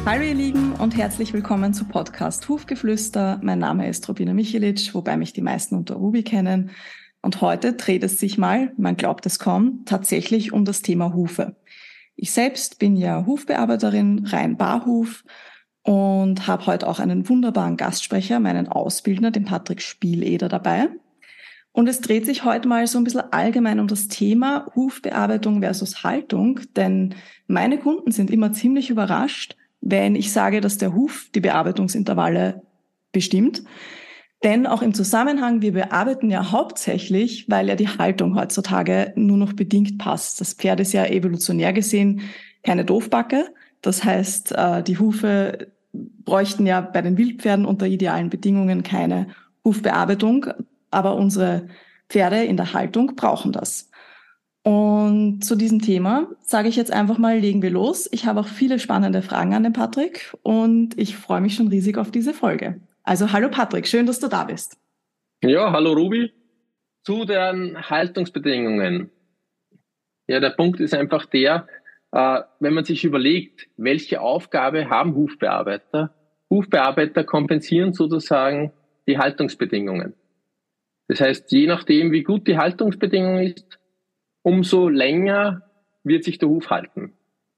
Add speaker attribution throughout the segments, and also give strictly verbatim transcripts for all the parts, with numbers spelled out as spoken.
Speaker 1: Hallo ihr Lieben und herzlich willkommen zu Podcast Hufgeflüster. Mein Name ist Rubina Michelic, wobei mich die meisten unter Ruby kennen. Und heute dreht es sich mal, man glaubt es kaum, tatsächlich um das Thema Hufe. Ich selbst bin ja Hufbearbeiterin, rein Barhuf, und habe heute auch einen wunderbaren Gastsprecher, meinen Ausbildner, den Patrick Spieleder, dabei. Und es dreht sich heute mal so ein bisschen allgemein um das Thema Hufbearbeitung versus Haltung, denn meine Kunden sind immer ziemlich überrascht, wenn ich sage, dass der Huf die Bearbeitungsintervalle bestimmt. Denn auch im Zusammenhang, wir bearbeiten ja hauptsächlich, weil ja die Haltung heutzutage nur noch bedingt passt. Das Pferd ist ja evolutionär gesehen keine Doofbacke. Das heißt, die Hufe bräuchten ja bei den Wildpferden unter idealen Bedingungen keine Hufbearbeitung, aber unsere Pferde in der Haltung brauchen das. Und zu diesem Thema sage ich jetzt einfach mal, legen wir los. Ich habe auch viele spannende Fragen an den Patrick und ich freue mich schon riesig auf diese Folge. Also hallo Patrick, schön, dass du da bist.
Speaker 2: Ja, hallo Ruby. Zu den Haltungsbedingungen. Ja, der Punkt ist einfach der, äh, wenn man sich überlegt, welche Aufgabe haben Hufbearbeiter? Hufbearbeiter kompensieren sozusagen die Haltungsbedingungen. Das heißt, je nachdem, wie gut die Haltungsbedingung ist, umso länger wird sich der Huf halten.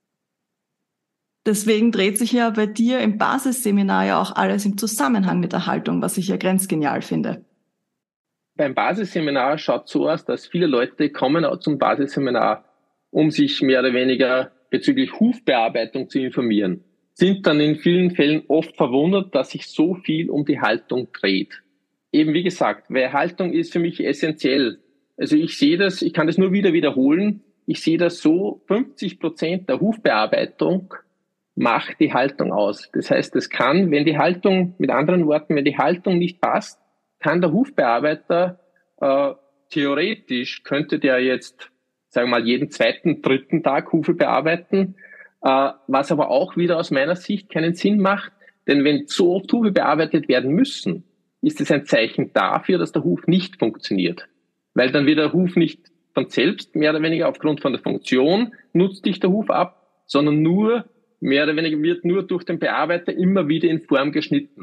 Speaker 1: Deswegen dreht sich ja bei dir im Basisseminar ja auch alles im Zusammenhang mit der Haltung, was ich ja grenzgenial finde.
Speaker 2: Beim Basisseminar schaut es so aus, dass viele Leute kommen auch zum Basisseminar, um sich mehr oder weniger bezüglich Hufbearbeitung zu informieren, sind dann in vielen Fällen oft verwundert, dass sich so viel um die Haltung dreht. Eben wie gesagt, weil Haltung ist für mich essentiell. Also ich sehe das, ich kann das nur wieder wiederholen, ich sehe das so, fünfzig Prozent der Hufbearbeitung macht die Haltung aus. Das heißt, es kann, wenn die Haltung, mit anderen Worten, wenn die Haltung nicht passt, kann der Hufbearbeiter, äh, theoretisch könnte der jetzt, sagen wir mal, jeden zweiten, dritten Tag Hufe bearbeiten, äh, was aber auch wieder aus meiner Sicht keinen Sinn macht, denn wenn so oft Hufe bearbeitet werden müssen, ist es ein Zeichen dafür, dass der Huf nicht funktioniert. Weil dann wird der Huf nicht von selbst, mehr oder weniger aufgrund von der Funktion, nutzt dich der Huf ab, sondern nur, mehr oder weniger wird nur durch den Bearbeiter immer wieder in Form geschnitten.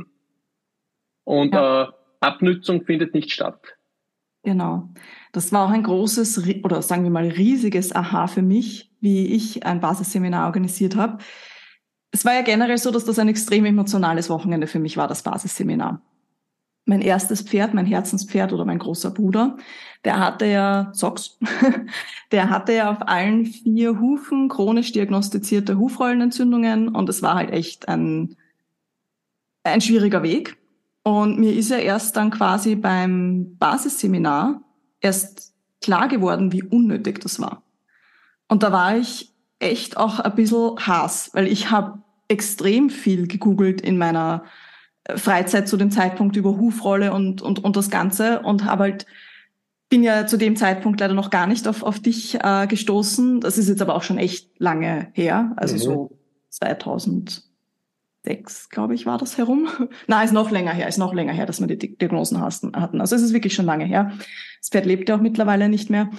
Speaker 2: Und ja. äh, Abnützung findet nicht statt.
Speaker 1: Genau. Das war auch ein großes, oder sagen wir mal riesiges Aha für mich, wie ich ein Basisseminar organisiert habe. Es war ja generell so, dass das ein extrem emotionales Wochenende für mich war, das Basisseminar. Mein erstes Pferd, mein Herzenspferd oder mein großer Bruder, der hatte ja, Socks, der hatte ja auf allen vier Hufen chronisch diagnostizierte Hufrollenentzündungen und es war halt echt ein, ein schwieriger Weg. Und mir ist ja erst dann quasi beim Basisseminar erst klar geworden, wie unnötig das war. Und da war ich echt auch ein bisschen Hass, weil ich habe extrem viel gegoogelt in meiner Freizeit zu dem Zeitpunkt über Hufrolle und, und, und das Ganze und habe halt, bin ja zu dem Zeitpunkt leider noch gar nicht auf, auf dich äh, gestoßen. Das ist jetzt aber auch schon echt lange her, also mhm. so zweitausendsechs, glaube ich, war das herum. Nein, ist noch länger her, ist noch länger her, dass wir die Diagnosen hatten. Also es ist wirklich schon lange her. Das Pferd lebt ja auch mittlerweile nicht mehr.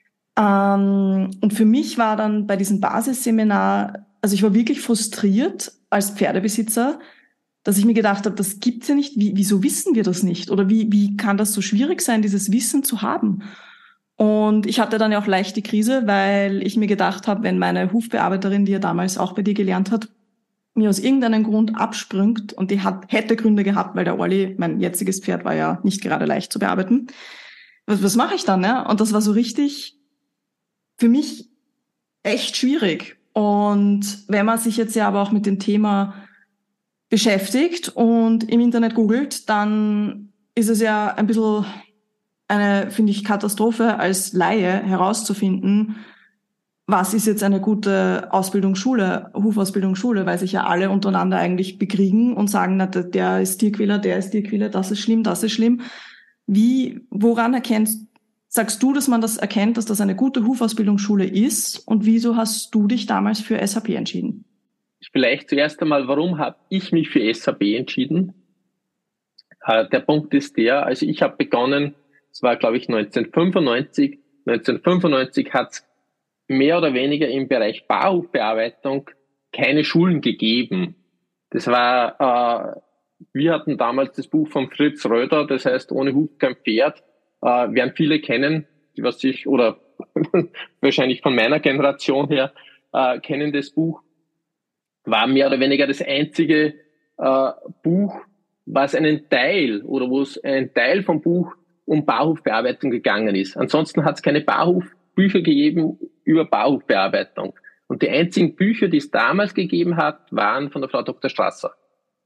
Speaker 1: Ähm, und für mich war dann bei diesem Basisseminar, also ich war wirklich frustriert als Pferdebesitzer, dass ich mir gedacht habe, das gibt's ja nicht. Wie, wieso wissen wir das nicht? Oder wie, wie kann das so schwierig sein, dieses Wissen zu haben? Und ich hatte dann ja auch leicht die Krise, weil ich mir gedacht habe, wenn meine Hufbearbeiterin, die ja damals auch bei dir gelernt hat, mir aus irgendeinem Grund abspringt und die hat, hätte Gründe gehabt, weil der Orli, mein jetziges Pferd, war ja nicht gerade leicht zu bearbeiten. Was, was mache ich dann? Ne? Und das war so richtig für mich echt schwierig. Und wenn man sich jetzt ja aber auch mit dem Thema beschäftigt und im Internet googelt, dann ist es ja ein bisschen eine, finde ich, Katastrophe als Laie herauszufinden, was ist jetzt eine gute Ausbildungsschule, Hufausbildungsschule, weil sich ja alle untereinander eigentlich bekriegen und sagen, na, der ist Tierquäler, der ist Tierquäler, das ist schlimm, das ist schlimm. Wie, woran erkennst, sagst du, dass man das erkennt, dass das eine gute Hufausbildungsschule ist und wieso hast du dich damals für S H P entschieden?
Speaker 2: Vielleicht zuerst einmal, warum habe ich mich für S H P entschieden? Äh, der Punkt ist der, also ich habe begonnen, es war glaube ich neunzehnhundertfünfundneunzig, neunzehnhundertfünfundneunzig hat es mehr oder weniger im Bereich Barhufbearbeitung keine Schulen gegeben. Das war, äh, wir hatten damals das Buch von Fritz Röder, das heißt Ohne Huf kein Pferd, äh, werden viele kennen, die was sich, oder wahrscheinlich von meiner Generation her, äh, kennen das Buch, war mehr oder weniger das einzige äh, Buch, was einen Teil oder wo es ein Teil vom Buch um Bauhofbearbeitung gegangen ist. Ansonsten hat es keine Bauhofbücher gegeben über Bauhofbearbeitung. Und die einzigen Bücher, die es damals gegeben hat, waren von der Frau Doktor Strasser.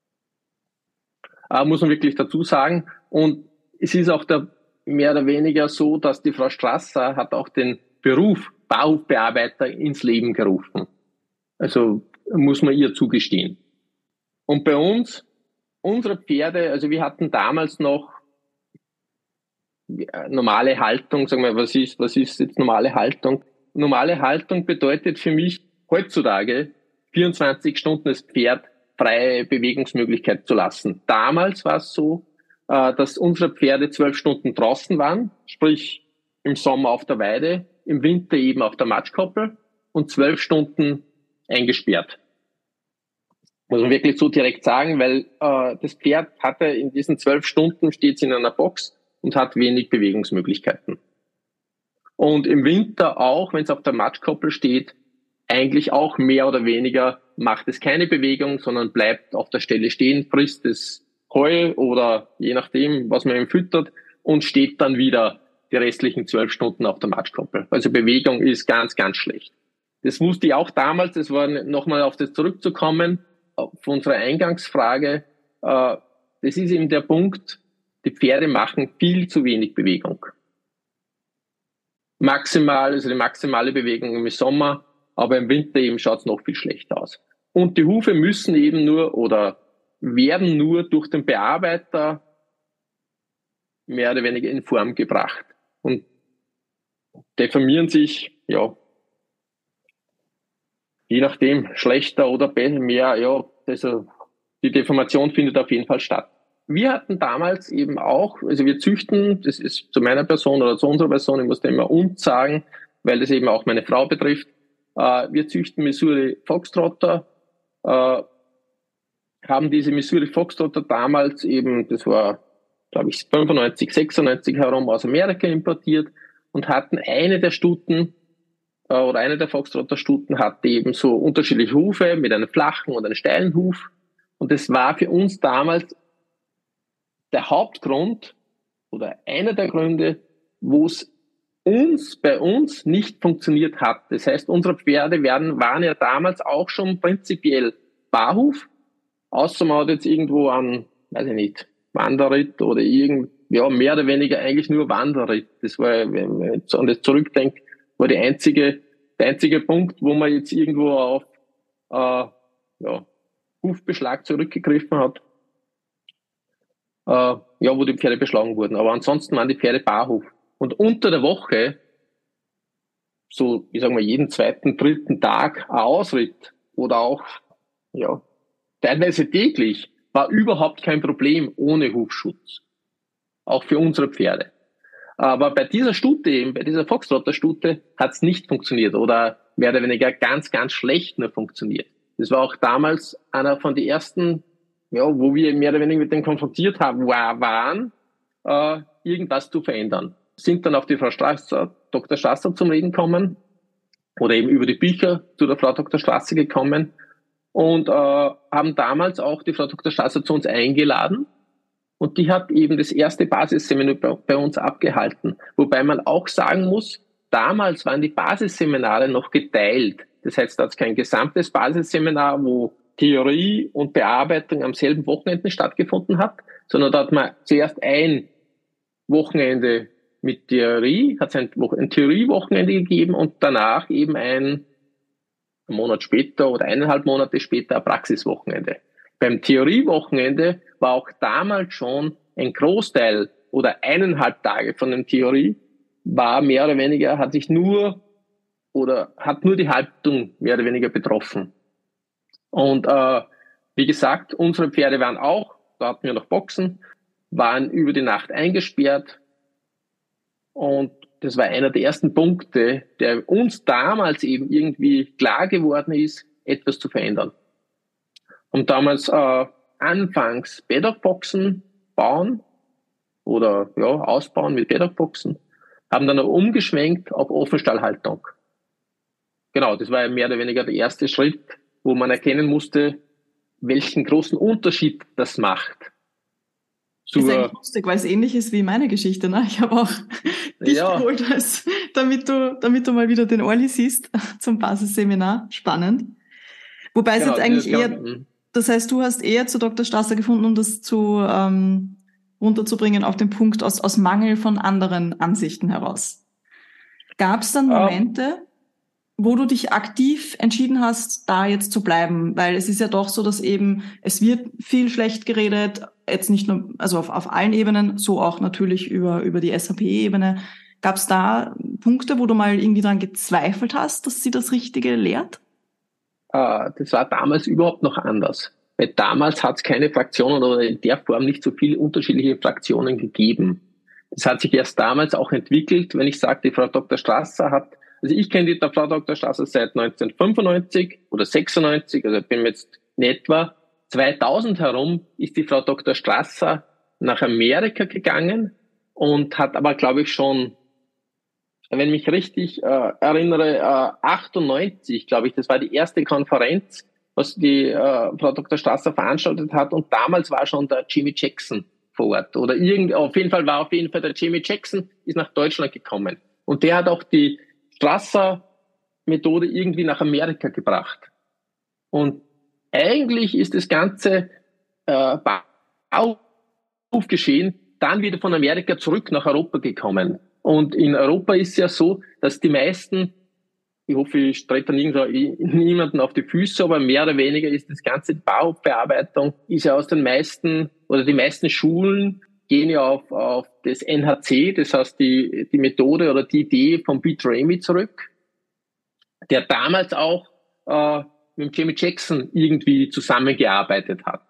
Speaker 2: Äh, muss man wirklich dazu sagen. Und es ist auch der, mehr oder weniger so, dass die Frau Strasser hat auch den Beruf Bauhofbearbeiter ins Leben gerufen. Also muss man ihr zugestehen. Und bei uns, unsere Pferde, also wir hatten damals noch normale Haltung, sagen wir, was ist, was ist jetzt normale Haltung? Normale Haltung bedeutet für mich heutzutage vierundzwanzig Stunden das Pferd freie Bewegungsmöglichkeit zu lassen. Damals war es so, dass unsere Pferde zwölf Stunden draußen waren, sprich im Sommer auf der Weide, im Winter eben auf der Matschkoppel und zwölf Stunden eingesperrt. Muss man wirklich so direkt sagen, weil äh, das Pferd hatte in diesen zwölf Stunden, steht es in einer Box und hat wenig Bewegungsmöglichkeiten. Und im Winter auch, wenn es auf der Matschkoppel steht, eigentlich auch mehr oder weniger macht es keine Bewegung, sondern bleibt auf der Stelle stehen, frisst das Heu oder je nachdem, was man ihm füttert und steht dann wieder die restlichen zwölf Stunden auf der Matschkoppel. Also Bewegung ist ganz, ganz schlecht. Das wusste ich auch damals, das war nochmal auf das zurückzukommen, auf unsere Eingangsfrage. Äh, das ist eben der Punkt, die Pferde machen viel zu wenig Bewegung. Maximal, also die maximale Bewegung im Sommer, aber im Winter eben schaut es noch viel schlechter aus. Und die Hufe müssen eben nur oder werden nur durch den Bearbeiter mehr oder weniger in Form gebracht und deformieren sich, ja, je nachdem, schlechter oder mehr, ja, also die Deformation findet auf jeden Fall statt. Wir hatten damals eben auch, also wir züchten, das ist zu meiner Person oder zu unserer Person, ich muss da immer und sagen, weil das eben auch meine Frau betrifft, äh, wir züchten Missouri Foxtrotter, äh, haben diese Missouri Foxtrotter damals eben, das war, glaube ich, fünfundneunzig, sechsundneunzig herum aus Amerika importiert und hatten eine der Stuten, oder eine der Foxtrotter-Stuten hatte eben so unterschiedliche Hufe mit einem flachen und einem steilen Huf. Und das war für uns damals der Hauptgrund oder einer der Gründe, wo es uns bei uns nicht funktioniert hat. Das heißt, unsere Pferde werden, waren ja damals auch schon prinzipiell Barhuf, außer man hat jetzt irgendwo an, weiß ich nicht, Wanderritt oder irgend, ja, mehr oder weniger eigentlich nur Wanderritt. Das war, wenn man jetzt an das zurückdenkt, war die einzige, der einzige Punkt, wo man jetzt irgendwo auf äh, ja, Hufbeschlag zurückgegriffen hat, äh, ja, wo die Pferde beschlagen wurden. Aber ansonsten waren die Pferde Barhof. Und unter der Woche, so, ich sag mal, jeden zweiten, dritten Tag ein Ausritt oder auch, ja, teilweise täglich, war überhaupt kein Problem ohne Hufschutz. Auch für unsere Pferde. Aber bei dieser Stute eben, bei dieser Foxtrotter-Stute hat es nicht funktioniert oder mehr oder weniger ganz, ganz schlecht nur funktioniert. Das war auch damals einer von den ersten, ja, wo wir mehr oder weniger mit dem konfrontiert haben, waren, äh, irgendwas zu verändern. Sind dann auf die Frau Strasser, Doktor Strasser zum Reden gekommen oder eben über die Bücher zu der Frau Doktor Strasser gekommen und äh, haben damals auch die Frau Doktor Strasser zu uns eingeladen. Und die hat eben das erste Basisseminar bei uns abgehalten. Wobei man auch sagen muss, damals waren die Basisseminare noch geteilt. Das heißt, da hat es kein gesamtes Basisseminar, wo Theorie und Bearbeitung am selben Wochenende stattgefunden hat, sondern da hat man zuerst ein Wochenende mit Theorie, hat es ein, ein Theoriewochenende gegeben und danach eben ein, einen Monat später oder eineinhalb Monate später ein Praxiswochenende. Beim Theoriewochenende war auch damals schon ein Großteil oder eineinhalb Tage von der Theorie war mehr oder weniger, hat sich nur oder hat nur die Haltung mehr oder weniger betroffen. Und äh, wie gesagt, unsere Pferde waren auch, da hatten wir noch Boxen, waren über die Nacht eingesperrt und das war einer der ersten Punkte, der uns damals eben irgendwie klar geworden ist, etwas zu verändern. haben damals äh, anfangs Paddockboxen bauen oder ja, ausbauen mit Paddockboxen, haben dann auch umgeschwenkt auf Offenstallhaltung. Genau, das war ja mehr oder weniger der erste Schritt, wo man erkennen musste, welchen großen Unterschied das macht.
Speaker 1: Zur ist eigentlich lustig, weil es ähnlich ist wie meine Geschichte. Ne? Ich habe auch dich ja. geholt, als, damit, du, damit du mal wieder den Orli siehst zum Basisseminar. Spannend. Wobei es genau, jetzt eigentlich eher, kann, das heißt, du hast eher zu Doktor Strasser gefunden, um das zu ähm, runterzubringen auf den Punkt aus, aus Mangel von anderen Ansichten heraus. Gab es dann Momente, wo du dich aktiv entschieden hast, da jetzt zu bleiben? Weil es ist ja doch so, dass eben, es wird viel schlecht geredet, jetzt nicht nur, also auf, auf allen Ebenen, so auch natürlich über, über die S A P-Ebene. Gab es da Punkte, wo du mal irgendwie dran gezweifelt hast, dass sie das Richtige lehrt?
Speaker 2: Uh, das war damals überhaupt noch anders. Weil damals hat es keine Fraktionen oder in der Form nicht so viele unterschiedliche Fraktionen gegeben. Das hat sich erst damals auch entwickelt, wenn ich sage, die Frau Doktor Strasser hat, also ich kenne die Frau Doktor Strasser seit neunzehnhundertfünfundneunzig oder sechsundneunzig, also ich bin jetzt in etwa zweitausend herum, ist die Frau Doktor Strasser nach Amerika gegangen und hat aber, glaube ich, schon, wenn ich mich richtig äh, erinnere, äh, achtundneunzig, glaube ich, das war die erste Konferenz, was die äh, Frau Doktor Strasser veranstaltet hat, und damals war schon der Jimmy Jackson vor Ort, oder irgend, auf jeden Fall war auf jeden Fall der Jimmy Jackson, ist nach Deutschland gekommen, und der hat auch die Strasser-Methode irgendwie nach Amerika gebracht. Und eigentlich ist das Ganze äh, aufgeschehen, dann wieder von Amerika zurück nach Europa gekommen. Und in Europa ist es ja so, dass die meisten, ich hoffe, ich trete dann niemanden auf die Füße, aber mehr oder weniger ist das ganze Baubearbeitung, ist ja aus den meisten, oder die meisten Schulen gehen ja auf, auf das N H C, das heißt die, die Methode oder die Idee von Pete Ramey zurück, der damals auch äh, mit Jimmy Jackson irgendwie zusammengearbeitet hat.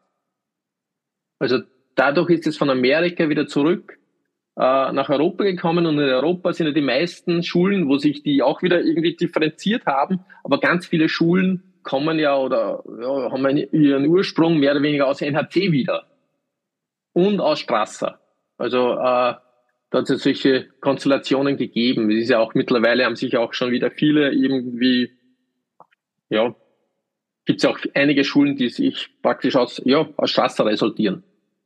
Speaker 2: Also dadurch ist es von Amerika wieder zurück äh, nach Europa gekommen, und in Europa sind ja die meisten Schulen, wo sich die auch wieder irgendwie differenziert haben, aber ganz viele Schulen kommen ja oder ja, haben ihren Ursprung mehr oder weniger aus N H C wieder und aus Strasser. Also äh, da hat es ja solche Konstellationen gegeben. Es ist ja auch mittlerweile, haben sich auch schon wieder viele irgendwie, ja, gibt es ja auch einige Schulen, die sich praktisch aus, ja, aus Strasser resultieren.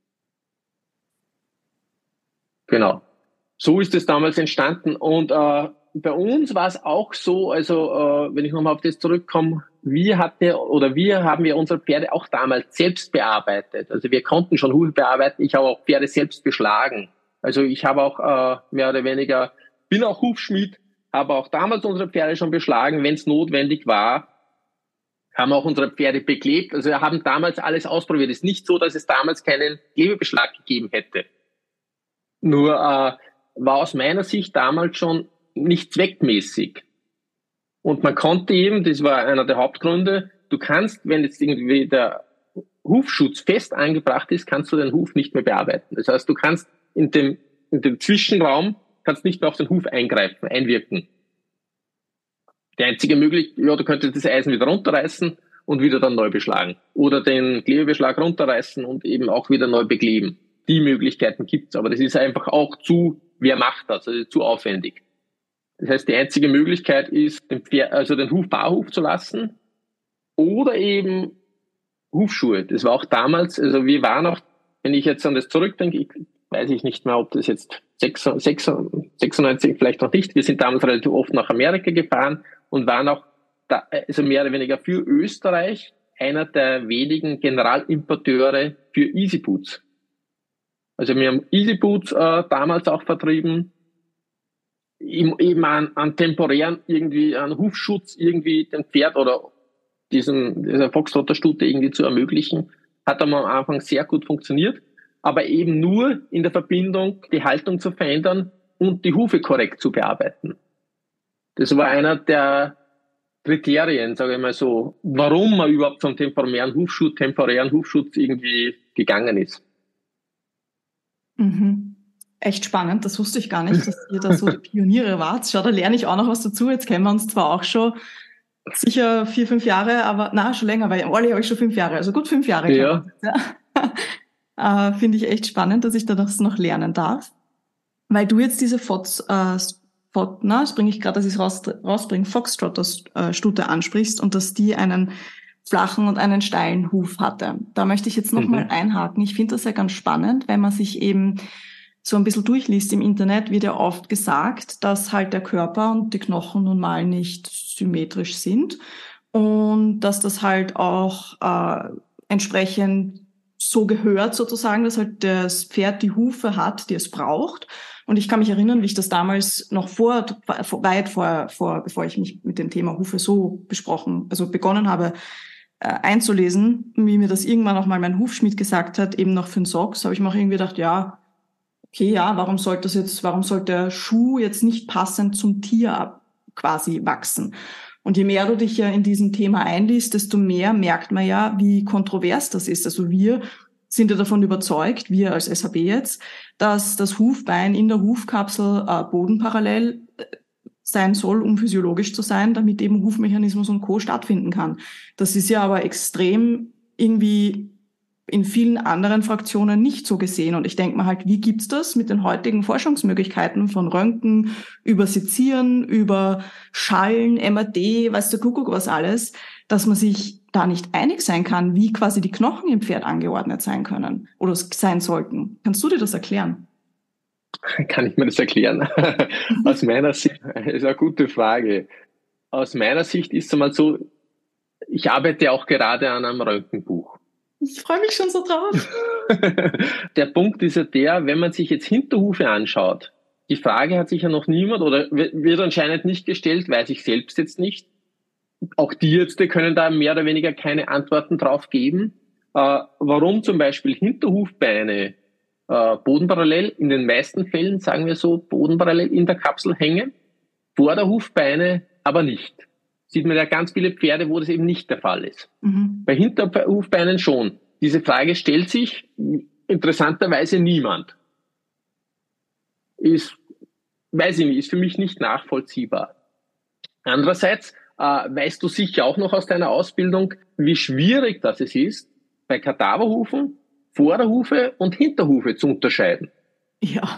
Speaker 2: Genau. So ist es damals entstanden. Und äh, bei uns war es auch so, also äh, wenn ich nochmal auf das zurückkomme, wir hatten oder wir haben ja unsere Pferde auch damals selbst bearbeitet. Also wir konnten schon Hufe bearbeiten. Ich habe auch Pferde selbst beschlagen. Also ich habe auch äh, mehr oder weniger, bin auch Hufschmied, habe auch damals unsere Pferde schon beschlagen, wenn es notwendig war. Haben auch unsere Pferde beklebt. Also wir haben damals alles ausprobiert. Es ist nicht so, dass es damals keinen Klebebeschlag gegeben hätte. Nur äh, war aus meiner Sicht damals schon nicht zweckmäßig. Und man konnte eben, das war einer der Hauptgründe, du kannst, wenn jetzt irgendwie der Hufschutz fest angebracht ist, kannst du den Huf nicht mehr bearbeiten. Das heißt, du kannst in dem, in dem Zwischenraum, kannst nicht mehr auf den Huf eingreifen, einwirken. Die einzige Möglichkeit, ja, du könntest das Eisen wieder runterreißen und wieder dann neu beschlagen. Oder den Klebebeschlag runterreißen und eben auch wieder neu bekleben. Die Möglichkeiten gibt's, aber das ist einfach auch zu, wer macht das, also zu aufwendig. Das heißt, die einzige Möglichkeit ist, den Pferd, also den Huf Barhuf zu lassen oder eben Hufschuhe. Das war auch damals, also wir waren auch, wenn ich jetzt an das zurückdenke, ich, weiß ich nicht mehr, ob das jetzt sechsundneunzig vielleicht noch nicht, wir sind damals relativ oft nach Amerika gefahren und waren auch, da, also mehr oder weniger für Österreich einer der wenigen Generalimporteure für Easy Boots. Also wir haben Easy Boots äh, damals auch vertrieben, eben an, an temporären irgendwie, an Hufschutz irgendwie dem Pferd oder diesen, dieser Foxtrotter Stute irgendwie zu ermöglichen. Hat am Anfang sehr gut funktioniert, aber eben nur in der Verbindung, die Haltung zu verändern und die Hufe korrekt zu bearbeiten. Das war einer der Kriterien, sage ich mal so, warum man überhaupt zum temporären Hufschutz, temporären Hufschutz irgendwie gegangen ist.
Speaker 1: Mhm. Echt spannend, das wusste ich gar nicht, dass ihr da so die Pioniere wart. Schau, da lerne ich auch noch was dazu. Jetzt kennen wir uns zwar auch schon sicher vier, fünf Jahre, aber na schon länger, weil im Orli habe ich schon fünf Jahre, also gut fünf Jahre.
Speaker 2: Ja.
Speaker 1: Ja. äh, Finde ich echt spannend, dass ich da das noch lernen darf. Weil du jetzt diese Fox, äh, Fox, na, das bringe ich gerade, dass ich es raus, rausbringe, Foxtrot-Stute ansprichst und dass die einen flachen und einen steilen Huf hatte. Da möchte ich jetzt nochmal mhm. einhaken. Ich finde das ja ganz spannend, wenn man sich eben so ein bisschen durchliest im Internet, wird ja oft gesagt, dass halt der Körper und die Knochen nun mal nicht symmetrisch sind und dass das halt auch äh, entsprechend so gehört sozusagen, dass halt das Pferd die Hufe hat, die es braucht. Und ich kann mich erinnern, wie ich das damals noch vor, weit vor, vor, bevor ich mich mit dem Thema Hufe so besprochen, also begonnen habe, äh, einzulesen, wie mir das irgendwann auch mal mein Hufschmied gesagt hat, eben noch für den Socks, habe ich mir auch irgendwie gedacht, ja, okay, ja, warum sollte das jetzt, warum sollte der Schuh jetzt nicht passend zum Tier quasi wachsen? Und je mehr du dich ja in diesem Thema einliest, desto mehr merkt man ja, wie kontrovers das ist. Also wir sind ja davon überzeugt, wir als S H B jetzt, dass das Hufbein in der Hufkapsel äh, bodenparallel sein soll, um physiologisch zu sein, damit eben Hufmechanismus und Co. stattfinden kann. Das ist ja aber extrem irgendwie in vielen anderen Fraktionen nicht so gesehen. Und ich denke mal halt, wie gibt's das mit den heutigen Forschungsmöglichkeiten von Röntgen, über Sezieren, über Schallen, M R T, weißt du, Kuckuck was alles, dass man sich da nicht einig sein kann, wie quasi die Knochen im Pferd angeordnet sein können oder sein sollten. Kannst du dir das erklären?
Speaker 2: Kann ich mir das erklären? Aus meiner Sicht, das ist eine gute Frage. Aus meiner Sicht ist es einmal so, ich arbeite auch gerade an einem Röntgenbuch.
Speaker 1: Ich freue mich schon so drauf.
Speaker 2: Der Punkt ist ja der, wenn man sich jetzt Hinterhufe anschaut, die Frage hat sich ja noch niemand oder wird anscheinend nicht gestellt, weiß ich selbst jetzt nicht. Auch die jetzt, die können da mehr oder weniger keine Antworten drauf geben. Äh, warum zum Beispiel Hinterhufbeine äh, bodenparallel, in den meisten Fällen, sagen wir so, bodenparallel in der Kapsel hängen, Vorderhufbeine aber nicht. Sieht man ja ganz viele Pferde, wo das eben nicht der Fall ist. Mhm. Bei Hinterhufbeinen schon. Diese Frage stellt sich interessanterweise niemand. Ist, weiß ich nicht, ist für mich nicht nachvollziehbar. Andererseits äh, weißt du sicher auch noch aus deiner Ausbildung, wie schwierig das es ist, bei Kadaverhufen Vorderhufe und Hinterhufe zu unterscheiden.
Speaker 1: Ja.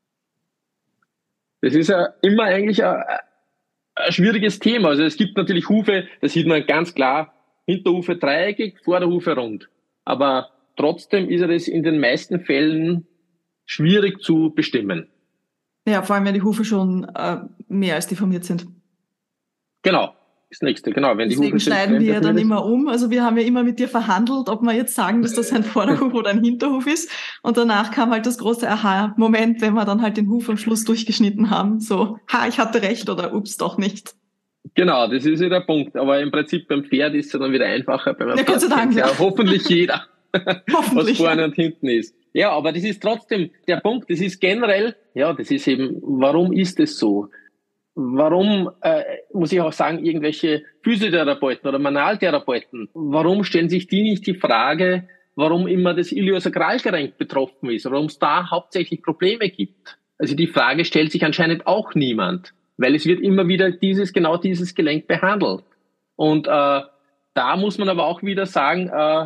Speaker 2: Das ist ja immer eigentlich ein, ein schwieriges Thema. Also es gibt natürlich Hufe, da sieht man ganz klar, Hinterhufe dreieckig, Vorderhufe rund. Aber trotzdem ist es in den meisten Fällen schwierig zu bestimmen.
Speaker 1: Ja, vor allem wenn die Hufe schon äh, mehr als deformiert sind.
Speaker 2: Genau, das nächste, genau. Wenn
Speaker 1: Deswegen
Speaker 2: die Hufe
Speaker 1: schneiden wir ja dann immer um. Also wir haben ja immer mit dir verhandelt, ob wir jetzt sagen, dass das ein Vorderhuf oder ein Hinterhuf ist. Und danach kam halt das große Aha-Moment, wenn wir dann halt den Huf am Schluss durchgeschnitten haben. So, ha, ich hatte recht oder ups, doch nicht.
Speaker 2: Genau, das ist ja der Punkt. Aber im Prinzip beim Pferd ist es ja dann wieder einfacher. Beim
Speaker 1: ja, Gott sei Dank,
Speaker 2: ja. Hoffentlich jeder,
Speaker 1: hoffentlich,
Speaker 2: was vorne
Speaker 1: ja.
Speaker 2: und hinten ist. Ja, aber das ist trotzdem der Punkt. Das ist generell, ja, das ist eben, warum ist es so? Warum, äh, muss ich auch sagen, irgendwelche Physiotherapeuten oder Manualtherapeuten, warum stellen sich die nicht die Frage, warum immer das Iliosakralgelenk betroffen ist, warum es da hauptsächlich Probleme gibt? Also die Frage stellt sich anscheinend auch niemand, weil es wird immer wieder dieses, genau dieses Gelenk behandelt. Und äh, da muss man aber auch wieder sagen, äh,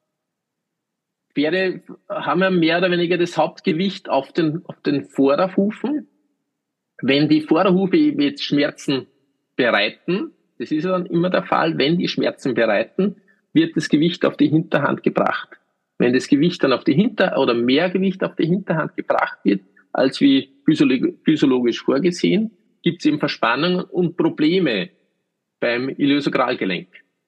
Speaker 2: Pferde haben ja mehr oder weniger das Hauptgewicht auf den, auf den Vorderhufen. Wenn die Vorderhufe jetzt Schmerzen bereiten, das ist ja dann immer der Fall, wenn die Schmerzen bereiten, wird das Gewicht auf die Hinterhand gebracht. Wenn das Gewicht dann auf die Hinter- oder mehr Gewicht auf die Hinterhand gebracht wird, als wie physiologisch vorgesehen, gibt es eben Verspannungen und Probleme beim Iliosakralgelenk.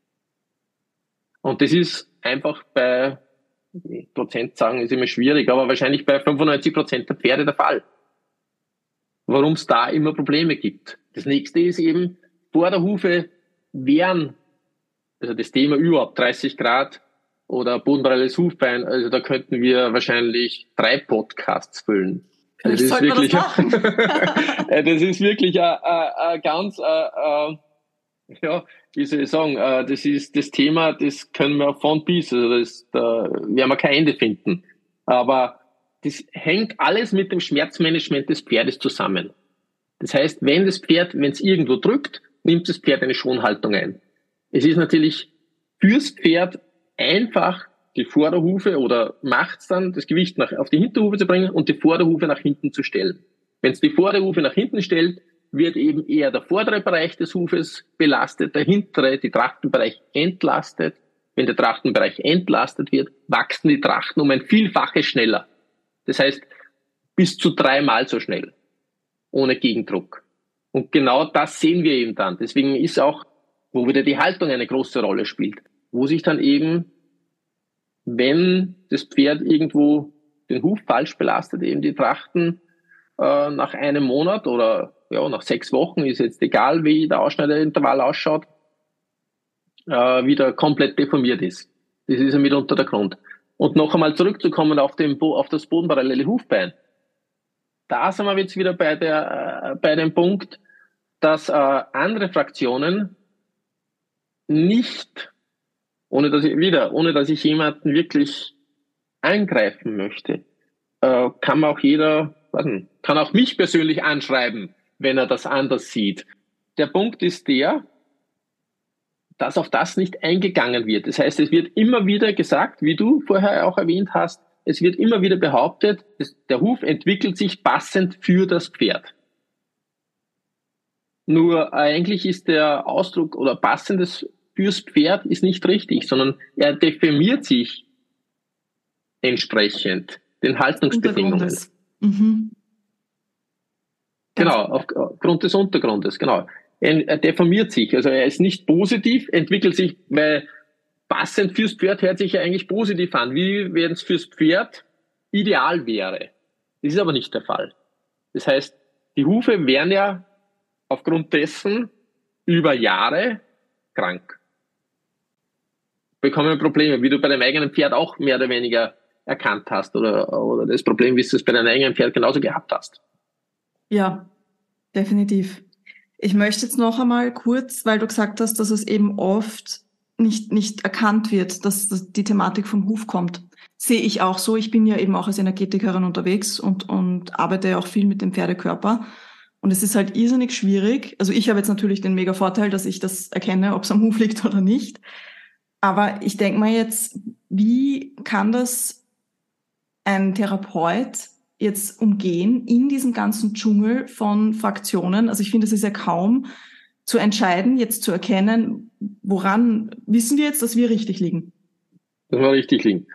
Speaker 2: Und das ist einfach bei, Prozent sagen ist immer schwierig, aber wahrscheinlich bei fünfundneunzig Prozent der Pferde der Fall. Warum es da immer Probleme gibt. Das nächste ist eben, Vorderhufe wären, also das Thema überhaupt dreißig Grad oder bodenparalleles Hufbein, also da könnten wir wahrscheinlich drei Podcasts füllen. Also das, ist wirklich, das, das ist wirklich ein, ein, ein ganz, ein, ja, wie soll ich sagen, das ist das Thema, das können wir von bis, also das, da werden wir kein Ende finden. Aber das hängt alles mit dem Schmerzmanagement des Pferdes zusammen. Das heißt, wenn das Pferd, wenn es irgendwo drückt, nimmt das Pferd eine Schonhaltung ein. Es ist natürlich fürs Pferd einfach, die Vorderhufe oder macht's dann, das Gewicht nach, auf die Hinterhufe zu bringen und die Vorderhufe nach hinten zu stellen. Wenn es die Vorderhufe nach hinten stellt, wird eben eher der vordere Bereich des Hufes belastet, der hintere, die Trachtenbereich entlastet. Wenn der Trachtenbereich entlastet wird, wachsen die Trachten um ein Vielfaches schneller. Das heißt, bis zu dreimal so schnell, ohne Gegendruck. Und genau das sehen wir eben dann. Deswegen ist auch, wo wieder die Haltung eine große Rolle spielt, wo sich dann eben, wenn das Pferd irgendwo den Huf falsch belastet, eben die Trachten äh, nach einem Monat oder ja nach sechs Wochen, ist jetzt egal, wie der Ausschneiderintervall ausschaut, äh, wieder komplett deformiert ist. Das ist ja mitunter der Grund. Und noch einmal zurückzukommen auf, den Bo- auf das bodenparallele Hufbein. Da sind wir jetzt wieder bei, der, äh, bei dem Punkt, dass äh, andere Fraktionen nicht, ohne dass ich wieder, ohne dass ich jemanden wirklich eingreifen möchte, äh, kann auch jeder, warte, kann auch mich persönlich anschreiben, wenn er das anders sieht. Der Punkt ist der, dass auf das nicht eingegangen wird. Das heißt, es wird immer wieder gesagt, wie du vorher auch erwähnt hast, es wird immer wieder behauptet, der Huf entwickelt sich passend für das Pferd. Nur eigentlich ist der Ausdruck oder passendes fürs Pferd ist nicht richtig, sondern er deformiert sich entsprechend den Haltungsbedingungen. Mhm. Genau, aufgrund des Untergrundes, genau. Er deformiert sich, also er ist nicht positiv, entwickelt sich, weil passend fürs Pferd hört sich ja eigentlich positiv an, wie wenn es fürs Pferd ideal wäre. Das ist aber nicht der Fall. Das heißt, die Hufe werden ja aufgrund dessen über Jahre krank. Bekommen Probleme, wie du bei deinem eigenen Pferd auch mehr oder weniger erkannt hast oder, oder das Problem, wie du es bei deinem eigenen Pferd genauso gehabt hast.
Speaker 1: Ja, definitiv. Ich möchte jetzt noch einmal kurz, weil du gesagt hast, dass es eben oft nicht, nicht erkannt wird, dass, dass die Thematik vom Huf kommt. Sehe ich auch so. Ich bin ja eben auch als Energetikerin unterwegs und, und arbeite ja auch viel mit dem Pferdekörper. Und es ist halt irrsinnig schwierig. Also ich habe jetzt natürlich den mega Vorteil, dass ich das erkenne, ob es am Huf liegt oder nicht. Aber ich denke mal jetzt, wie kann das ein Therapeut jetzt umgehen in diesem ganzen Dschungel von Fraktionen? Also ich finde, es ist ja kaum zu entscheiden, jetzt zu erkennen, woran wissen wir jetzt, dass wir richtig liegen?
Speaker 2: Dass wir richtig liegen.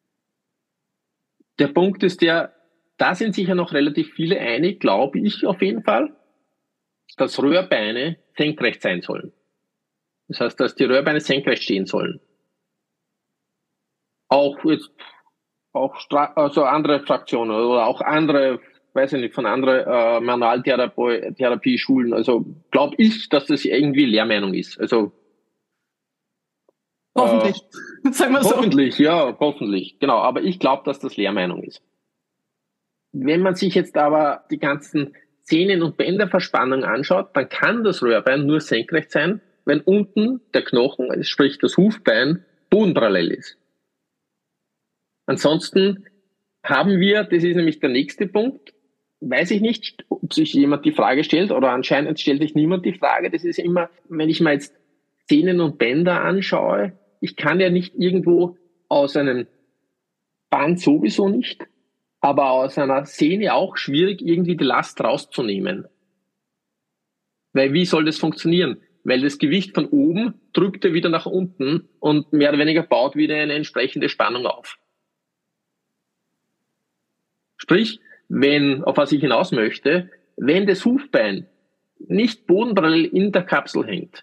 Speaker 2: Der Punkt ist der, da sind sich ja noch relativ viele einig, glaube ich auf jeden Fall, dass Röhrbeine senkrecht sein sollen. Das heißt, dass die Röhrbeine senkrecht stehen sollen. Auch jetzt, auch also andere Fraktionen oder auch andere, weiß ich nicht, von anderen äh, Manualtherapie-Schulen. Also glaube ich, dass das irgendwie Lehrmeinung ist. Also
Speaker 1: hoffentlich,
Speaker 2: äh,
Speaker 1: sagen wir so.
Speaker 2: Hoffentlich, ja, hoffentlich. Genau, aber ich glaube, dass das Lehrmeinung ist. Wenn man sich jetzt aber die ganzen Sehnen- und Bänderverspannungen anschaut, dann kann das Röhrbein nur senkrecht sein, wenn unten der Knochen, sprich das Hufbein, bodenparallel ist. Ansonsten haben wir, das ist nämlich der nächste Punkt, weiß ich nicht, ob sich jemand die Frage stellt oder anscheinend stellt sich niemand die Frage, das ist immer, wenn ich mir jetzt Sehnen und Bänder anschaue, ich kann ja nicht irgendwo aus einem Band sowieso nicht, aber aus einer Sehne auch schwierig, irgendwie die Last rauszunehmen. Weil wie soll das funktionieren? Weil das Gewicht von oben drückt er wieder nach unten und mehr oder weniger baut wieder eine entsprechende Spannung auf. Sprich, wenn, auf was ich hinaus möchte, wenn das Hufbein nicht bodenparallel in der Kapsel hängt,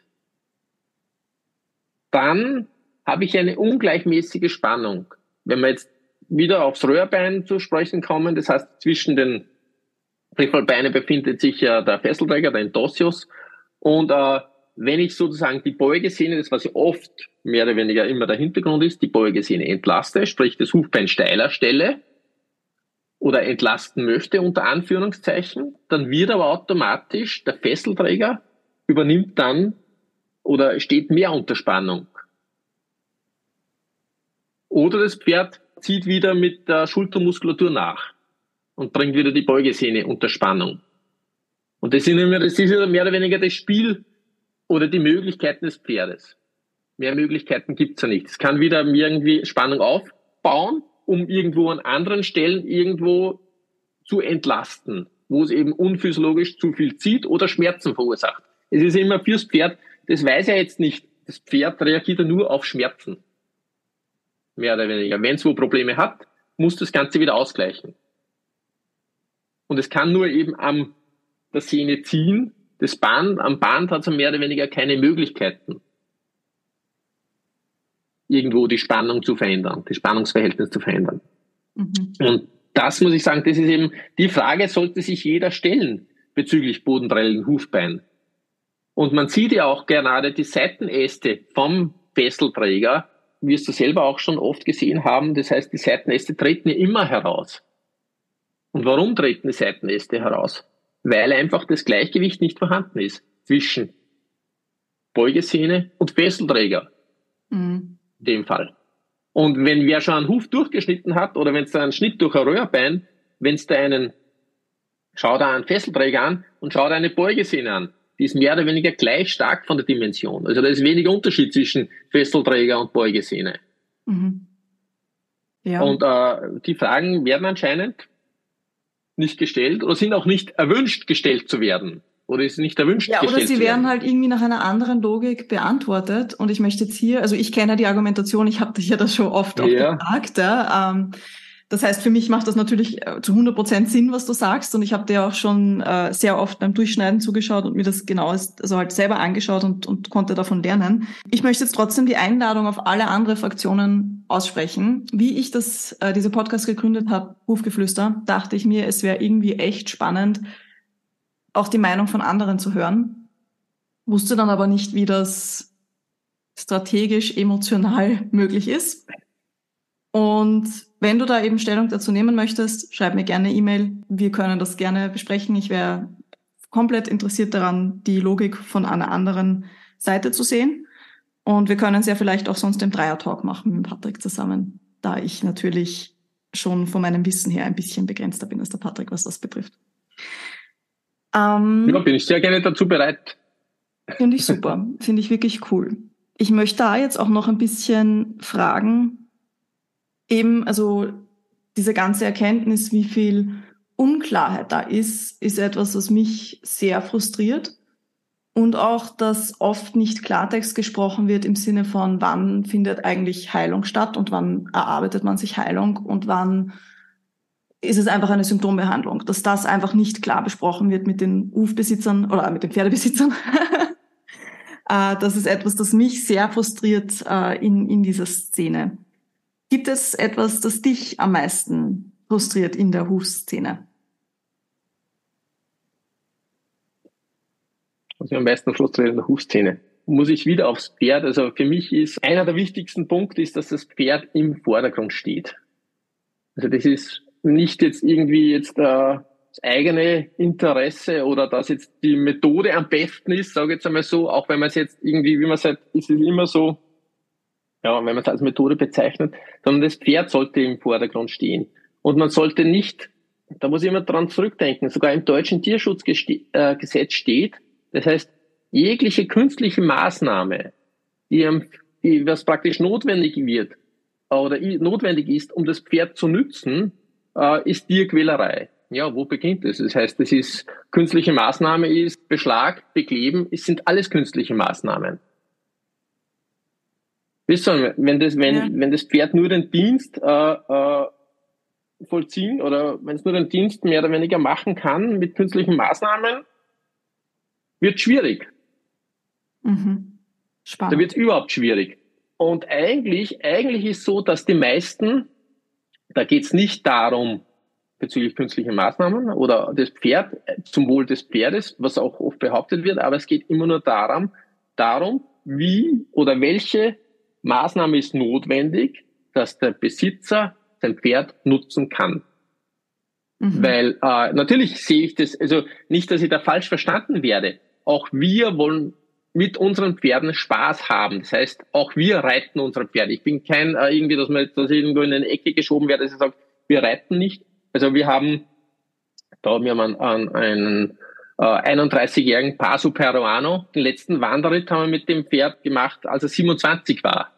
Speaker 2: dann habe ich eine ungleichmäßige Spannung. Wenn wir jetzt wieder aufs Röhrbein zu sprechen kommen, das heißt, zwischen den Griffbeinen befindet sich ja der Fesselträger, der Endossius, und äh, wenn ich sozusagen die Beugesehne, das was ja oft mehr oder weniger immer der Hintergrund ist, die Beugesehne entlaste, sprich das Hufbein steiler stelle oder entlasten möchte, unter Anführungszeichen, dann wird aber automatisch der Fesselträger übernimmt dann oder steht mehr unter Spannung. Oder das Pferd zieht wieder mit der Schultermuskulatur nach und bringt wieder die Beugesehne unter Spannung. Und das ist, immer, das ist ja mehr oder weniger das Spiel, oder die Möglichkeiten des Pferdes. Mehr Möglichkeiten gibt's ja nicht. Es kann wieder irgendwie Spannung aufbauen, um irgendwo an anderen Stellen irgendwo zu entlasten, wo es eben unphysiologisch zu viel zieht oder Schmerzen verursacht. Es ist immer fürs Pferd, das weiß er jetzt nicht. Das Pferd reagiert ja nur auf Schmerzen. Mehr oder weniger. Wenn es wo Probleme hat, muss das Ganze wieder ausgleichen. Und es kann nur eben am der Sehne ziehen. Das Band, am Band hat es mehr oder weniger keine Möglichkeiten, irgendwo die Spannung zu verändern, das Spannungsverhältnis zu verändern. Mhm. Und das muss ich sagen, das ist eben, die Frage sollte sich jeder stellen bezüglich Bodendrellen, Hufbein. Und man sieht ja auch gerade die Seitenäste vom Fesselträger, wie es du selber auch schon oft gesehen haben. Das heißt, die Seitenäste treten ja immer heraus. Und warum treten die Seitenäste heraus? Weil einfach das Gleichgewicht nicht vorhanden ist zwischen Beugesehne und Fesselträger. Mhm. In dem Fall. Und wenn wer schon einen Huf durchgeschnitten hat oder wenn es da einen Schnitt durch ein Röhrbein, wenn es da einen, schau da einen Fesselträger an und schau da eine Beugesehne an. Die ist mehr oder weniger gleich stark von der Dimension. Also da ist wenig Unterschied zwischen Fesselträger und Beugesehne. Mhm. Ja. Und äh, die Fragen werden anscheinend nicht gestellt oder sind auch nicht erwünscht, gestellt zu werden. Oder ist nicht erwünscht,
Speaker 1: ja, gestellt zu werden. Ja, oder sie werden halt irgendwie nach einer anderen Logik beantwortet. Und ich möchte jetzt hier, also ich kenne die Argumentation, ich habe dich ja das schon oft auch ja. gefragt. Ja, ähm, das heißt, für mich macht das natürlich zu hundert Prozent Sinn, was du sagst. Und ich habe dir auch schon äh, sehr oft beim Durchschneiden zugeschaut und mir das genau ist, also halt selber angeschaut und, und konnte davon lernen. Ich möchte jetzt trotzdem die Einladung auf alle andere Fraktionen aussprechen. Wie ich das äh, diese Podcast gegründet habe, Hufgeflüster, dachte ich mir, es wäre irgendwie echt spannend, auch die Meinung von anderen zu hören. Wusste dann aber nicht, wie das strategisch, emotional möglich ist. Und wenn du da eben Stellung dazu nehmen möchtest, schreib mir gerne eine E-Mail. Wir können das gerne besprechen. Ich wäre komplett interessiert daran, die Logik von einer anderen Seite zu sehen. Und wir können es ja vielleicht auch sonst im Dreier-Talk machen mit Patrick zusammen, da ich natürlich schon von meinem Wissen her ein bisschen begrenzter bin als der Patrick, was das betrifft.
Speaker 2: Ähm, ja, bin ich sehr gerne dazu bereit.
Speaker 1: Finde ich super. Finde ich wirklich cool. Ich möchte da jetzt auch noch ein bisschen fragen, eben, also diese ganze Erkenntnis, wie viel Unklarheit da ist, ist etwas, was mich sehr frustriert. Und auch, dass oft nicht Klartext gesprochen wird im Sinne von, wann findet eigentlich Heilung statt und wann erarbeitet man sich Heilung und wann ist es einfach eine Symptombehandlung. Dass das einfach nicht klar besprochen wird mit den Hufbesitzern oder mit den Pferdebesitzern. Das ist etwas, das mich sehr frustriert in, in dieser Szene. Gibt es etwas, das dich am meisten frustriert in der Hufszene?
Speaker 2: Was mich am meisten frustriert in der Hufszene? Muss ich wieder aufs Pferd? Also für mich ist einer der wichtigsten Punkte, ist, dass das Pferd im Vordergrund steht. Also das ist nicht jetzt irgendwie jetzt äh, das eigene Interesse oder dass jetzt die Methode am besten ist, sage ich jetzt einmal so, auch wenn man es jetzt irgendwie, wie man sagt, ist es immer so, ja, wenn man es als Methode bezeichnet, sondern das Pferd sollte im Vordergrund stehen. Und man sollte nicht, da muss ich immer dran zurückdenken, sogar im deutschen Tierschutzgesetz steht, das heißt, jegliche künstliche Maßnahme, die, die was praktisch notwendig wird oder notwendig ist, um das Pferd zu nützen, ist Tierquälerei. Ja, wo beginnt es? Das heißt, das ist künstliche Maßnahme ist Beschlag, Bekleben, es sind alles künstliche Maßnahmen. Wisst ihr, wenn das, wenn, ja. wenn das Pferd nur den Dienst äh, äh, vollziehen oder wenn es nur den Dienst mehr oder weniger machen kann mit künstlichen Maßnahmen, wird schwierig.
Speaker 1: Mhm. Spannend.
Speaker 2: Da wird es überhaupt schwierig. Und eigentlich, eigentlich ist so, dass die meisten, da geht es nicht darum, bezüglich künstlicher Maßnahmen oder das Pferd, zum Wohl des Pferdes, was auch oft behauptet wird, aber es geht immer nur darum, darum, wie oder welche Maßnahme ist notwendig, dass der Besitzer sein Pferd nutzen kann. Mhm. Weil äh, natürlich sehe ich das, also nicht, dass ich da falsch verstanden werde. Auch wir wollen mit unseren Pferden Spaß haben. Das heißt, auch wir reiten unsere Pferde. Ich bin kein äh, irgendwie, dass man dass irgendwo in eine Ecke geschoben werde, dass ich sage, wir reiten nicht. Also wir haben, da haben wir einen, einen äh, einunddreißigjährigen Paso Peruano. Den letzten Wanderritt haben wir mit dem Pferd gemacht, als er siebenundzwanzig war.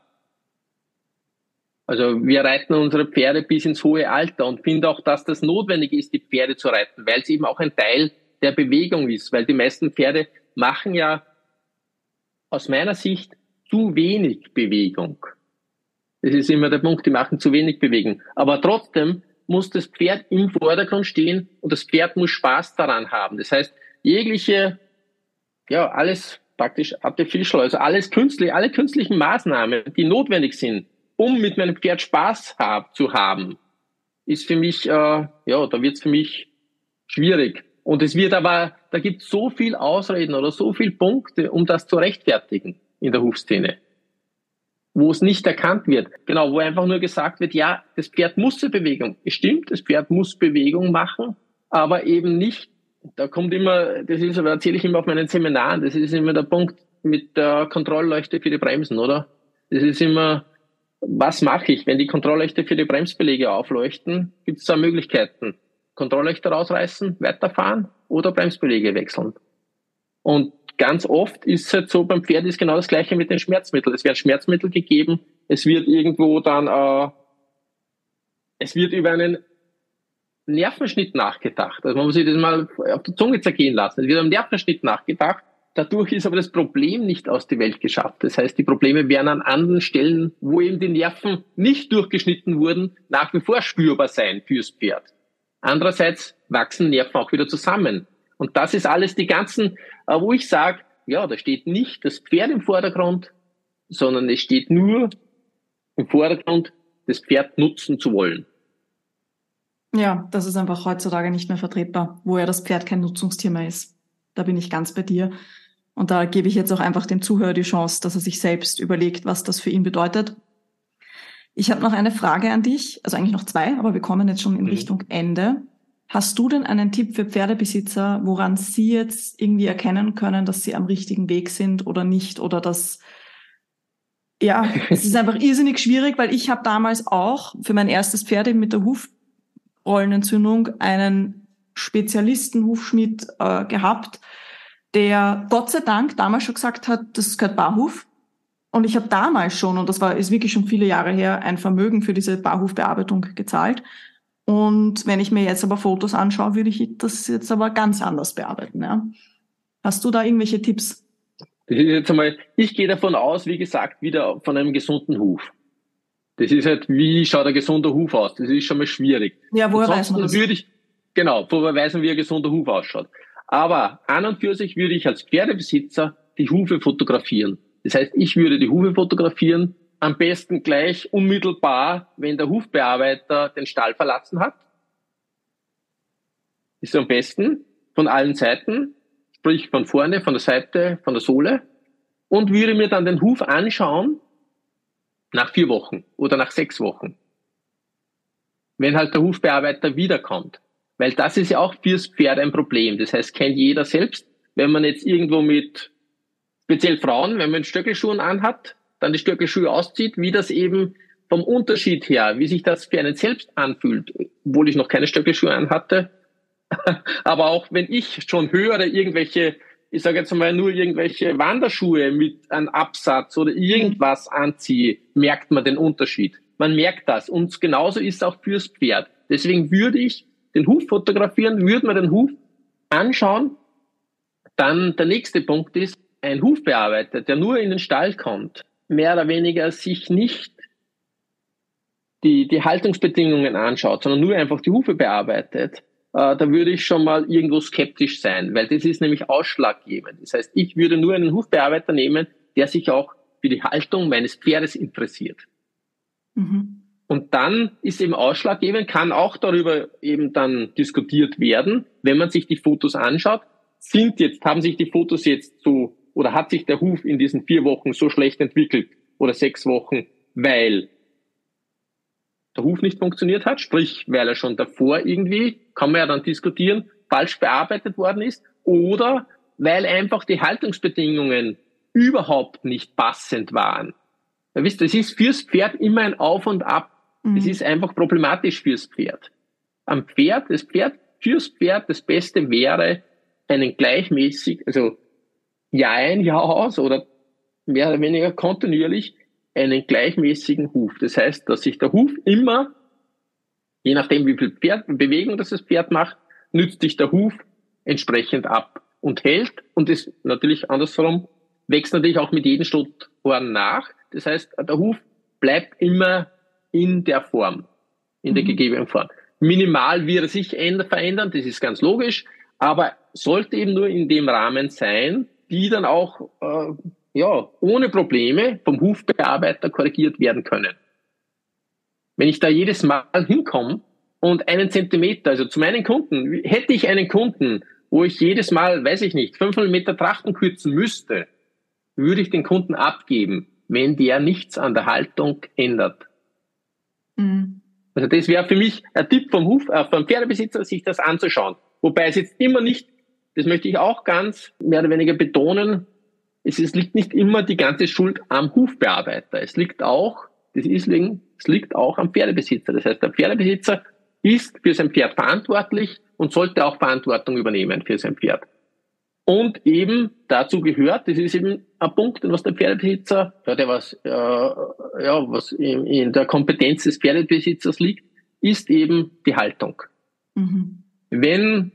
Speaker 2: Also wir reiten unsere Pferde bis ins hohe Alter und finde auch, dass das notwendig ist, die Pferde zu reiten, weil es eben auch ein Teil der Bewegung ist, weil die meisten Pferde machen ja aus meiner Sicht zu wenig Bewegung. Das ist immer der Punkt, die machen zu wenig Bewegung. Aber trotzdem muss das Pferd im Vordergrund stehen und das Pferd muss Spaß daran haben. Das heißt, jegliche, ja, alles praktisch artificial, also alles künstlich, alle künstlichen Maßnahmen, die notwendig sind, um mit meinem Pferd Spaß hab, zu haben, ist für mich, äh, ja, da wird es für mich schwierig. Und es wird aber, da gibt es so viel Ausreden oder so viel Punkte, um das zu rechtfertigen in der Hufszene, wo es nicht erkannt wird. Genau, wo einfach nur gesagt wird, ja, das Pferd muss eine Bewegung. Es stimmt, das Pferd muss Bewegung machen, aber eben nicht, da kommt immer, das ist, aber erzähle ich immer auf meinen Seminaren, das ist immer der Punkt mit der Kontrollleuchte für die Bremsen, oder? Das ist immer, was mache ich? Wenn die Kontrollleuchte für die Bremsbeläge aufleuchten, gibt es da Möglichkeiten. Kontrollleuchte rausreißen, weiterfahren oder Bremsbeläge wechseln. Und ganz oft ist es halt so, beim Pferd ist genau das Gleiche mit den Schmerzmitteln. Es werden Schmerzmittel gegeben, es wird irgendwo dann, äh, es wird über einen Nervenschnitt nachgedacht. Also man muss sich das mal auf der Zunge zergehen lassen. Es wird am Nervenschnitt nachgedacht. Dadurch ist aber das Problem nicht aus der Welt geschafft. Das heißt, die Probleme werden an anderen Stellen, wo eben die Nerven nicht durchgeschnitten wurden, nach wie vor spürbar sein fürs Pferd. Andererseits wachsen Nerven auch wieder zusammen. Und das ist alles die ganzen, wo ich sage, ja, da steht nicht das Pferd im Vordergrund, sondern es steht nur im Vordergrund, das Pferd nutzen zu wollen.
Speaker 1: Ja, das ist einfach heutzutage nicht mehr vertretbar, wo ja das Pferd kein Nutzungstier mehr ist. Da bin ich ganz bei dir. Und da gebe ich jetzt auch einfach dem Zuhörer die Chance, dass er sich selbst überlegt, was das für ihn bedeutet. Ich habe noch eine Frage an dich, also eigentlich noch zwei, aber wir kommen jetzt schon in mhm. Richtung Ende. Hast du denn einen Tipp für Pferdebesitzer, woran sie jetzt irgendwie erkennen können, dass sie am richtigen Weg sind oder nicht? Oder dass, ja, es ist einfach irrsinnig schwierig, weil ich habe damals auch für mein erstes Pferd eben mit der Hufrollenentzündung einen Spezialisten, Hufschmied äh, gehabt, der Gott sei Dank damals schon gesagt hat, das gehört Barhuf. Und ich habe damals schon, und das war ist wirklich schon viele Jahre her, ein Vermögen für diese Barhufbearbeitung gezahlt. Und wenn ich mir jetzt aber Fotos anschaue, würde ich das jetzt aber ganz anders bearbeiten. Ja. Hast du da irgendwelche Tipps?
Speaker 2: Das ist jetzt einmal, ich gehe davon aus, wie gesagt, wieder von einem gesunden Huf. Das ist halt, wie schaut ein gesunder Huf aus? Das ist schon mal schwierig.
Speaker 1: Ja, woher weiß man das?
Speaker 2: Würde ich, genau, woher weiß man, wie ein gesunder Huf ausschaut. Aber an und für sich würde ich als Pferdebesitzer die Hufe fotografieren. Das heißt, ich würde die Hufe fotografieren, am besten gleich unmittelbar, wenn der Hufbearbeiter den Stall verlassen hat. Ist am besten von allen Seiten, sprich von vorne, von der Seite, von der Sohle, und würde mir dann den Huf anschauen nach vier Wochen oder nach sechs Wochen, wenn halt der Hufbearbeiter wiederkommt. Weil das ist ja auch fürs Pferd ein Problem. Das heißt, kennt jeder selbst, wenn man jetzt irgendwo mit, speziell Frauen, wenn man Stöckelschuhen anhat, dann die Stöckelschuhe auszieht, wie das eben vom Unterschied her, wie sich das für einen selbst anfühlt, obwohl ich noch keine Stöckelschuhe anhatte. Aber auch wenn ich schon höre, irgendwelche, ich sage jetzt mal nur irgendwelche Wanderschuhe mit einem Absatz oder irgendwas anziehe, merkt man den Unterschied. Man merkt das. Und genauso ist es auch fürs Pferd. Deswegen würde ich den Huf fotografieren, würde man den Huf anschauen. Dann der nächste Punkt ist, ein Hufbearbeiter, der nur in den Stall kommt, mehr oder weniger sich nicht die, die Haltungsbedingungen anschaut, sondern nur einfach die Hufe bearbeitet, äh, da würde ich schon mal irgendwo skeptisch sein, weil das ist nämlich ausschlaggebend. Das heißt, ich würde nur einen Hufbearbeiter nehmen, der sich auch für die Haltung meines Pferdes interessiert. Mhm. Und dann ist eben ausschlaggebend, kann auch darüber eben dann diskutiert werden, wenn man sich die Fotos anschaut, sind jetzt, haben sich die Fotos jetzt so, oder hat sich der Huf in diesen vier Wochen so schlecht entwickelt oder sechs Wochen, weil der Huf nicht funktioniert hat, sprich, weil er schon davor irgendwie, kann man ja dann diskutieren, falsch bearbeitet worden ist, oder weil einfach die Haltungsbedingungen überhaupt nicht passend waren. Ihr wisst, es ist fürs Pferd immer ein Auf und Ab. Mhm. Es ist einfach problematisch fürs Pferd. Am Pferd, das Pferd, fürs Pferd, das Beste wäre, einen gleichmäßig, also Jahr ein, Jahr aus oder mehr oder weniger kontinuierlich einen gleichmäßigen Huf. Das heißt, dass sich der Huf immer, je nachdem wie viel Pferd, Bewegung das das Pferd macht, nützt sich der Huf entsprechend ab und hält und ist natürlich andersherum, wächst natürlich auch mit jedem Stutthorn nach. Das heißt, der Huf bleibt immer in der Form, in der mhm. gegebenen Form. Minimal wird er sich verändern, das ist ganz logisch, aber sollte eben nur in dem Rahmen sein, die dann auch äh, ja ohne Probleme vom Hufbearbeiter korrigiert werden können. Wenn ich da jedes Mal hinkomme und einen Zentimeter, also zu meinen Kunden, hätte ich einen Kunden, wo ich jedes Mal, weiß ich nicht, fünfhundert Meter Trachten kürzen müsste, würde ich den Kunden abgeben, wenn der nichts an der Haltung ändert. Mhm. Also das wäre für mich ein Tipp vom Huf, äh, vom Pferdebesitzer, sich das anzuschauen. Wobei es jetzt immer nicht, das möchte ich auch ganz mehr oder weniger betonen, es, es liegt nicht immer die ganze Schuld am Hufbearbeiter. Es liegt auch, das ist, es liegt auch am Pferdebesitzer. Das heißt, der Pferdebesitzer ist für sein Pferd verantwortlich und sollte auch Verantwortung übernehmen für sein Pferd. Und eben dazu gehört, das ist eben ein Punkt, was der Pferdebesitzer, ja, der was, äh, ja, was in, in der Kompetenz des Pferdebesitzers liegt, ist eben die Haltung. Mhm. Wenn,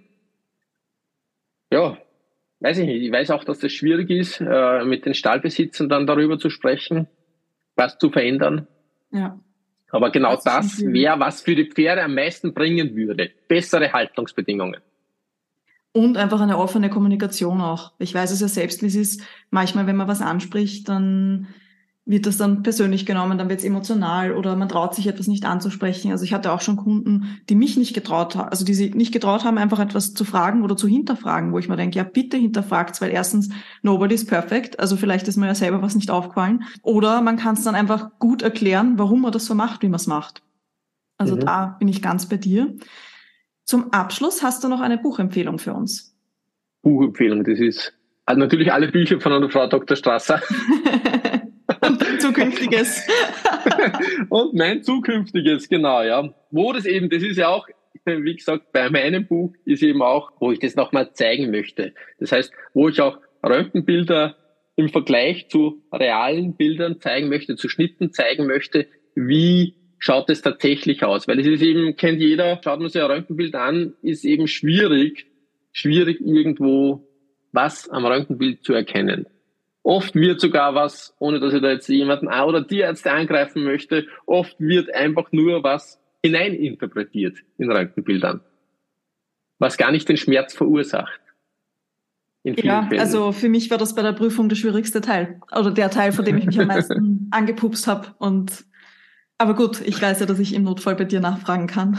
Speaker 2: ja, weiß ich nicht, ich weiß auch, dass das schwierig ist, äh, mit den Stallbesitzern dann darüber zu sprechen, was zu verändern. Ja. Aber genau das, das wäre, was für die Pferde am meisten bringen würde. Bessere Haltungsbedingungen.
Speaker 1: Und einfach eine offene Kommunikation auch. Ich weiß es ja selbst, wie es ist. Manchmal, wenn man was anspricht, dann wird das dann persönlich genommen, dann wird es emotional oder man traut sich etwas nicht anzusprechen. Also ich hatte auch schon Kunden, die mich nicht getraut haben, also die sich nicht getraut haben, einfach etwas zu fragen oder zu hinterfragen, wo ich mir denke, ja bitte hinterfragt's, weil erstens, nobody's perfect, also vielleicht ist mir ja selber was nicht aufgefallen. Oder man kann es dann einfach gut erklären, warum man das so macht, wie man es macht. Also mhm. da bin ich ganz bei dir. Zum Abschluss hast du noch eine Buchempfehlung für uns.
Speaker 2: Buchempfehlung, das ist also natürlich alle Bücher von der Frau Doktor Strasser.
Speaker 1: Und zukünftiges.
Speaker 2: Und mein zukünftiges, genau, ja. Wo das eben, das ist ja auch, wie gesagt, bei meinem Buch ist eben auch, wo ich das nochmal zeigen möchte. Das heißt, wo ich auch Röntgenbilder im Vergleich zu realen Bildern zeigen möchte, zu Schnitten zeigen möchte, wie schaut es tatsächlich aus? Weil es ist eben, kennt jeder, schaut man sich ein Röntgenbild an, ist eben schwierig, schwierig irgendwo was am Röntgenbild zu erkennen. Oft wird sogar was, ohne dass ich da jetzt jemanden oder Tierärzte angreifen möchte, oft wird einfach nur was hineininterpretiert in Röntgenbildern, was gar nicht den Schmerz verursacht.
Speaker 1: Ja, Fällen. Also für mich war das bei der Prüfung der schwierigste Teil. Oder der Teil, von dem ich mich am meisten angepupst habe. Und aber gut, ich weiß ja, dass ich im Notfall bei dir nachfragen kann.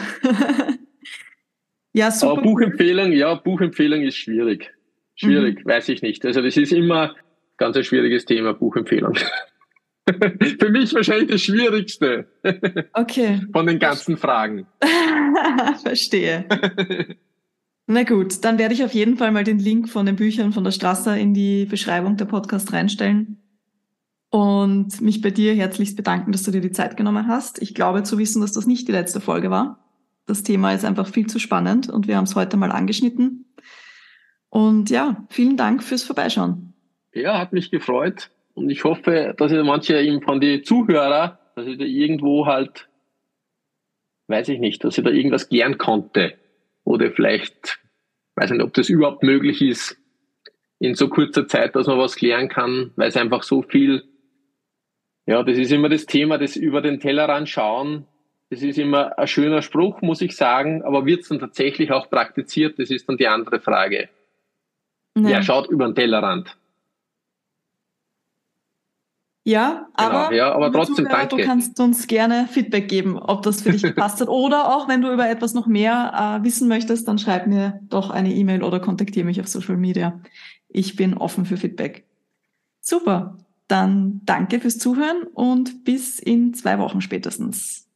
Speaker 1: Ja, super.
Speaker 2: Aber Buchempfehlung, ja, Buchempfehlung ist schwierig. Schwierig, mhm. weiß ich nicht. Also das ist immer ganz ein schwieriges Thema, Buchempfehlung. Für mich wahrscheinlich das Schwierigste.
Speaker 1: Okay.
Speaker 2: Von den ganzen Fragen.
Speaker 1: Verstehe. Na gut, dann werde ich auf jeden Fall mal den Link von den Büchern von der Strasser in die Beschreibung der Podcast reinstellen. Und mich bei dir herzlichst bedanken, dass du dir die Zeit genommen hast. Ich glaube zu wissen, dass das nicht die letzte Folge war. Das Thema ist einfach viel zu spannend und wir haben es heute mal angeschnitten. Und ja, vielen Dank fürs Vorbeischauen.
Speaker 2: Ja, hat mich gefreut. Und ich hoffe, dass ihr manche eben von den Zuhörern, dass ich da irgendwo halt, weiß ich nicht, dass ich da irgendwas lernen konnte. Oder vielleicht, weiß nicht, ob das überhaupt möglich ist, in so kurzer Zeit, dass man was klären kann, weil es einfach so viel, ja, das ist immer das Thema, das über den Tellerrand schauen. Das ist immer ein schöner Spruch, muss ich sagen, aber wird es dann tatsächlich auch praktiziert? Das ist dann die andere Frage. Ja. Wer schaut über den Tellerrand?
Speaker 1: Ja, aber,
Speaker 2: genau. ja, aber trotzdem
Speaker 1: Zuhörer,
Speaker 2: danke.
Speaker 1: Du kannst uns gerne Feedback geben, ob das für dich gepasst hat. Oder auch, wenn du über etwas noch mehr äh, wissen möchtest, dann schreib mir doch eine E-Mail oder kontaktiere mich auf Social Media. Ich bin offen für Feedback. Super, dann danke fürs Zuhören und bis in zwei Wochen spätestens.